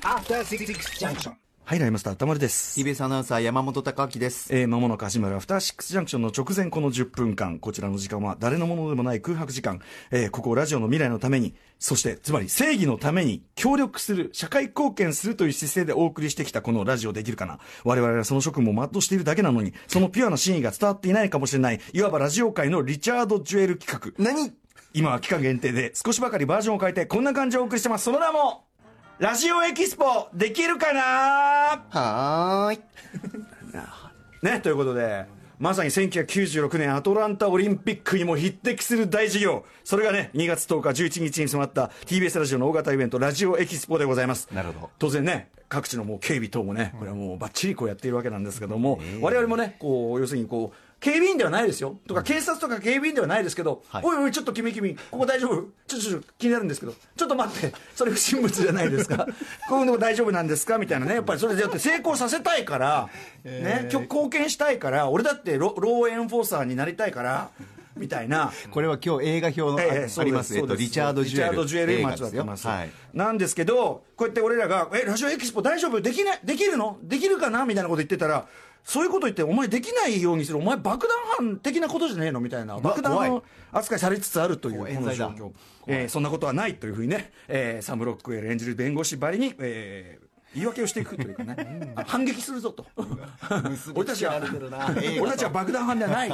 After Six Junction。 はい、ライムスター歌丸です。 TBS アナウンサー山本貴明です。 間もなく始まるアフターシックスジャンクションの直前この10分間、こちらの時間は誰のものでもない空白時間、ここラジオの未来のために、そしてつまり正義のために協力する、社会貢献するという姿勢でお送りしてきたこのラジオできるかな。我々はその職務を全うしているだけなのに、そのピュアな真意が伝わっていないかもしれない、いわばラジオ界のリチャード・ジュエル企画。 何？ 今は期間限定で少しばかりバージョンを変えてこんな感じをお送りしてます。その名もラジオエキスポできるかな。 はーいね、ということでまさに1996年アトランタオリンピックにも匹敵する大事業、それがね2月10日11日に迫った TBS ラジオの大型イベントラジオエキスポでございます。 なるほど。 当然ね各地のもう警備等もねこれはもうバッチリこうやっているわけなんですけども、我々もねこう要するにこう警備員ではないですよとか警察とか警備員ではないですけど、 はい、 おいおいちょっと君ここ大丈夫、ちょっと気になるんですけどちょっと待ってそれ不審物じゃないですかこういうの大丈夫なんですかみたいなね、やっぱりそれでやって成功させたいからね、貢献したいから、俺だってローエンフォーサーになりたいからみたいな。 これは今日映画表の、あります。リチャード・ジュエル今やってます、 はい、 なんですけど、こうやって俺らがラジオエキスポ大丈夫できるのできるかなみたいなこと言ってたら、そういうこと言ってお前できないようにする、お前爆弾犯的なことじゃねえのみたいな、爆弾の扱いされつつあるというこの状況、そんなことはないというふうにね、サム・ロックウェル演じる弁護士ばりに、言い訳をしていくというかね反撃するぞと俺たちは爆弾犯ではない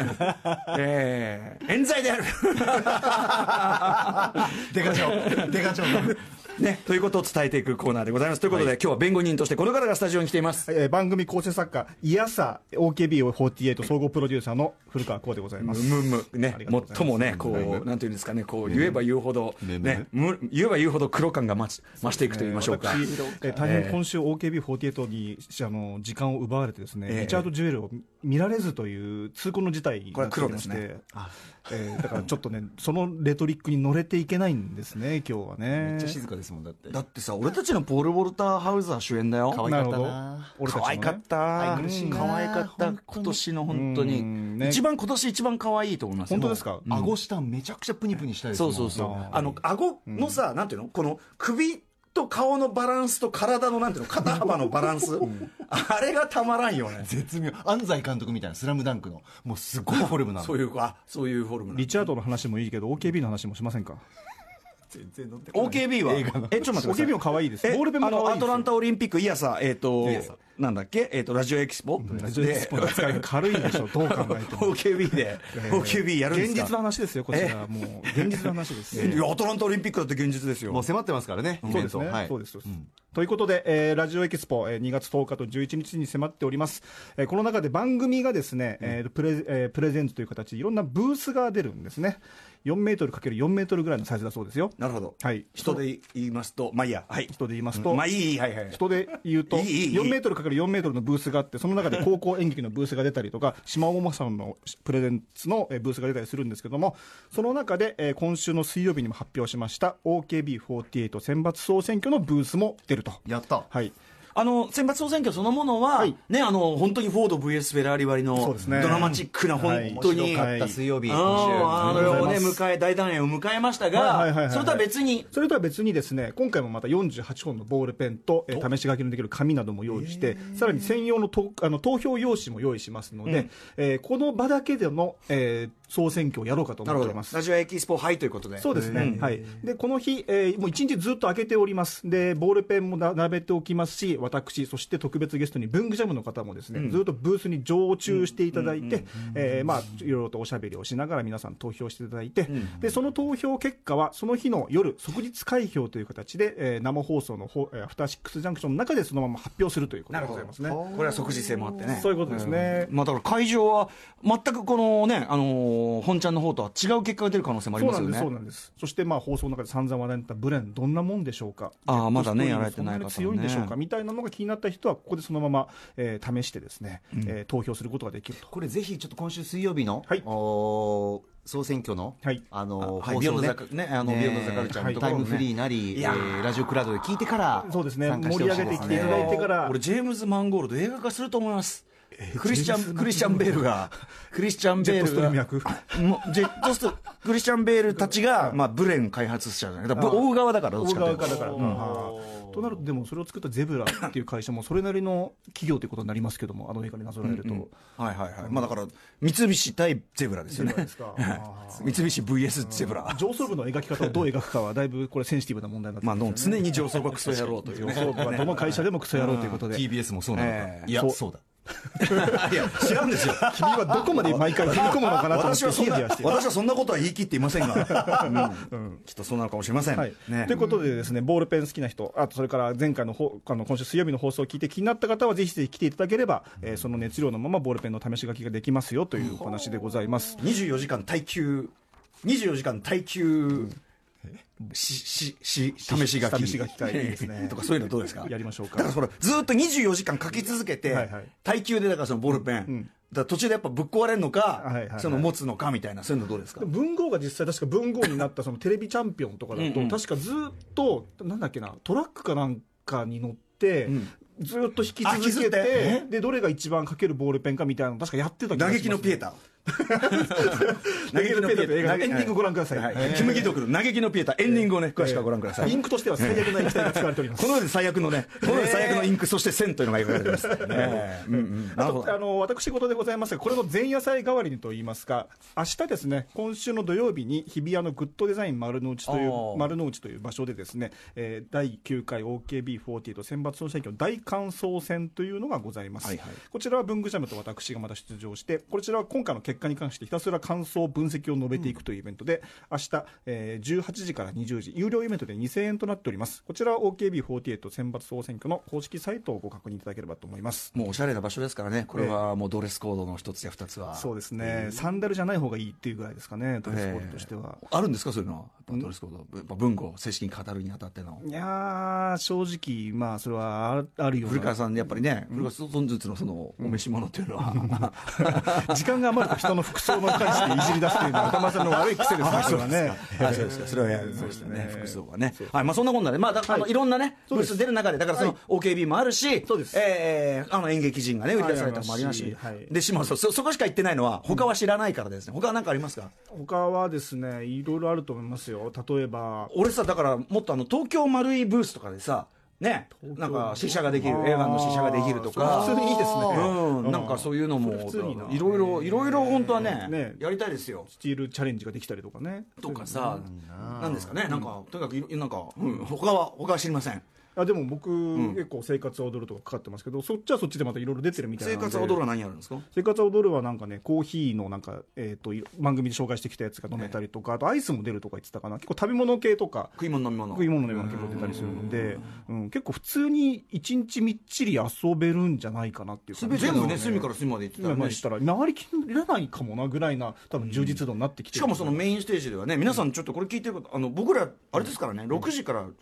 冤罪であるデカ長ね、ということを伝えていくコーナーでございます。ということで、今日は弁護人としてこの方がスタジオに来ています。 番組構成作家イヤサ OKB48 総合プロデューサーの古川光でございます。 ね、最もねこうなんていうんですかね、こう言えば言うほどね、言えば言うほど黒感が増していくと言いましょうか。 大変今週 OKB48 に時間を奪われてですね、リチャード・ジュエルを見られずという痛恨の事態になっていまして、だからちょっとねそのレトリックに乗れていけないんですね今日はね。 めっちゃ静かですもん。だってさ、俺たちのポール・ウォルター・ハウザー主演だよ。 可愛かったな。 可愛かった。可愛かった。今年の本当に今年一番可愛いと思います。 本当ですか。 顎下めちゃくちゃプニプニしたいです。 そう顎のさ、なんていうの、この首と顔のバランスと体のなんていうの、肩幅のバランスあれがたまらんよね。 絶妙。安西監督みたいなスラムダンクのもうすごいフォルムなの。 そういうフォルム。 リチャードの話もいいけど OKB の話もしませんか。 全然乗ってこない。 OKB はちょっと待ってください。 OKB も可愛いです。ボールペンも可愛いです。 アトランタオリンピックイヤサなんだっけ、ラジオエキスポラジオエキスポの扱いが軽いでしょどう考えても OKB やるんですか。 現実の話ですよこちら。もう現実の話です。 アトランタオリンピックだって現実ですよ。 もう迫ってますからね。 そうですね、そうです。ということで、ラジオエキスポ、2月10日と11日に迫っております。この中で番組がですね、プレゼントという形でいろんなブースが出るんですね。4メートル ×4 メートルぐらいのサイズだそうですよ。 なるほど。 はい。 人で言いますと、まあいいや。はい。 人で言いますと、 まあいい、はいはい。 人で言うと、4メートル ×4 メートルのブースがあって、その中で高校演劇のブースが出たりとか、島尾さんのプレゼンツのブースが出たりするんですけども、その中で、今週の水曜日にも発表しました OKB48 選抜総選挙のブースも出ると。 やった。 はい。 選抜総選挙そのものは、ね、本当にフォード VS フェラーリ割のドラマチックな、本当に、 面白かった水曜日、 大団円を迎えましたが、それとは別にですね、今回もまた48本のボールペンと、試し書きのできる紙なども用意して、さらに専用の投票用紙も用意しますので、この場だけでの、総選挙をやろうかと思っております。 ラジオエキスポ杯ということで。 そうですね。はい。で、この日、もう一日ずっと開けております。で、ボールペンも並べておきますし、私、そして特別ゲストに文具ジャムの方もですね、ずっとブースに常駐していただいて、まあ、いろいろとおしゃべりをしながら皆さん投票していただいて、で、その投票結果は、その日の夜、即日開票という形で、生放送のアフターシックスジャンクションの中でそのまま発表するということでございますね。 これは即時性もあってね。 そういうことですね。 まあ、だから会場は、全くこのね、本ちゃんの方とは違う結果が出る可能性もありますよね。 そうなんです。そしてまあ放送の中で散々話題になったブレンどんなもんでしょうか。 まだねやられてない方ね。 強いんでしょうかみたいなのが気になった人はここでそのまま、試してですね、投票することができると。 これぜひちょっと今週水曜日の、総選挙の、 放送ね、ビヨンドザカルチャーのところタイムフリーなり、ラジオクラウドで聞いてからそうですね、盛り上げてきていただいてから。 俺ジェームズ・マンゴールド映画化すると思います。 クリスチャン・ベールがジェットストリーム役ジェットストクリスチャン・ベールたちが、まあ、ブレン開発者じゃない、だから追う側だから、どっちかというと。 となると、でもそれを作ったゼブラっていう会社もそれなりの企業ということになりますけども、あの映画になぞらえると、 はいはいはい、まあだから三菱対ゼブラですよね。三菱 VS ゼブラ。 上層部の描き方をどう描くかはだいぶこれセンシティブな問題になってますね。 まあ常に上層部はクソ野郎というね。 上層部はどの会社でもクソ野郎ということで。 TBS もそうなのか。いや、そうだ。 いや違うんですよ。 君はどこまで毎回踏み込むのかなと思って私はそんなことは言い切っていませんが、きっとそうなのかもしれません。 ということでですね、ボールペン好きな人、あとそれから前回の今週水曜日の放送を聞いて気になった方はぜひぜひ来ていただければ、その熱量のままボールペンの試し書きができますよというお話でございます。 24時間耐久試し書き会ですねとかそういうのどうですか。 やりましょうか。 だからそれずっと24時間書き続けて、耐久でだからそのボールペン、だから途中でやっぱぶっ壊れるのか、その持つのかみたいな、そういうのどうですか。 文豪が実際確か文豪になったそのテレビチャンピオンとかだと確かずっとなんだっけな、トラックかなんかに乗って、ずっと引き続けて、でどれが一番書けるボールペンかみたいなの確かやってた気がします、ね。 嘆きのピエタ。 嘆きのピエタという映画のエンディングご覧ください。 キム・ギドクの嘆きのピエタエンディングをね詳しくはご覧ください。 インクとしては最悪な液体が使われております。 この世で最悪のね、この世で最悪のインク、そして線というのが描かれています。 あと私事でございますが、これの前夜祭代わりにといいますか、明日ですね、今週の土曜日に日比谷のグッドデザイン丸の内という場所でですね、第9回 OKB48 選抜総選挙大感想戦というのがございます。こちらは文具ジャムと私がまた出場して、こちらは今回の結果に関してひたすら感想分析を述べていくというイベントで、明日、18時から20時有料イベントで2000円となっております。こちらは OKB48 選抜総選挙の公式サイトをご確認いただければと思います。 もうおしゃれな場所ですからね、これはもうドレスコードの一つや二つは。 そうですね、サンダルじゃない方がいいっていうぐらいですかね、ドレスコードとしては。 あるんですか、そういうのは。ドレスコード、やっぱ文語正式に語るにあたっての。 いや正直まあそれはあるような。 古川さんやっぱりね、古川本日のそのお召し物っていうのは、 時間が余ると人の服装の関していじり出すというのは歌丸さんの悪い癖ですね。それはね。 そうですか。それはやりましたね。服装はね。はい、まあそんなこんなで、まあいろんなねブース出る中で、だからその OKB もあるし、演劇人がね売り出されたのもありますし、で島田さんそこしか行ってないのは他は知らないからですね。他は何かありますか。 他はですね、いろいろあると思いますよ。例えば俺さ、だからもっと東京丸いブースとかでさ。ね、なんか試写ができる、映画の試写ができるとか、 普通にいいですね。 なんかそういうのもいろいろ本当はねやりたいですよ。 スチールチャレンジができたりとかね。 とかさ、なんですかね、なんかとにかくなんか他は知りません。 でも僕、結構生活は踊るとかかかってますけど、そっちはそっちでまたいろいろ出てるみたいなので。 生活は踊るは何やるんですか。 生活は踊るはなんかね、コーヒーのなんか、番組で紹介してきたやつが飲めたりとか、あとアイスも出るとか言ってたかな。結構食べ物系とか食い物飲み物結構出たりするので、結構普通に一日みっちり遊べるんじゃないかなっていう感じ。 全部ね、隅から隅まで行ってたらね、 したら回りきれないかもなぐらいな多分充実度になってきてる。 しかもそのメインステージではね、皆さんちょっとこれ聞いてる方、僕らあれですからね、6時から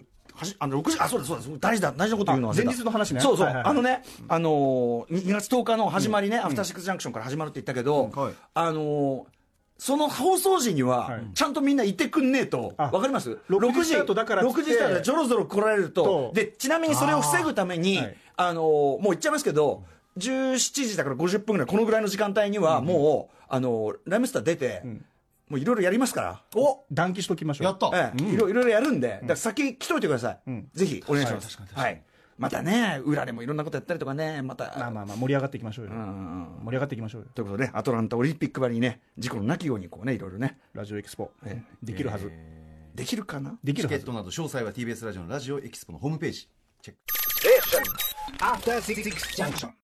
6時、そうです大事なこと言うのは前日の話ね。 そうそう、2月10日の始まりね、アフターシックスジャンクションから始まるって言ったけど、その放送時にはちゃんとみんないてくんねえと。わかります。6時スタートでジョロジョロ来られると。でちなみにそれを防ぐためにもう言っちゃいますけど、17時だから50分ぐらい、このぐらいの時間帯にはもうライムスター出てもういろいろやりますから。 暖気しときましょう。 やった。 いろいろやるんで、だから先来といてください。ぜひお願いします。はい。またね、裏でもいろんなことやったりとかね、また。 まあ盛り上がっていきましょうよ。盛り上がっていきましょうよ。 ということで、アトランタオリンピックばりにね、事故のなきようにこうね、いろいろね。 ラジオエキスポできるはず。 できるかな。 チケットなど詳細は TBS ラジオのラジオエキスポのホームページチェック。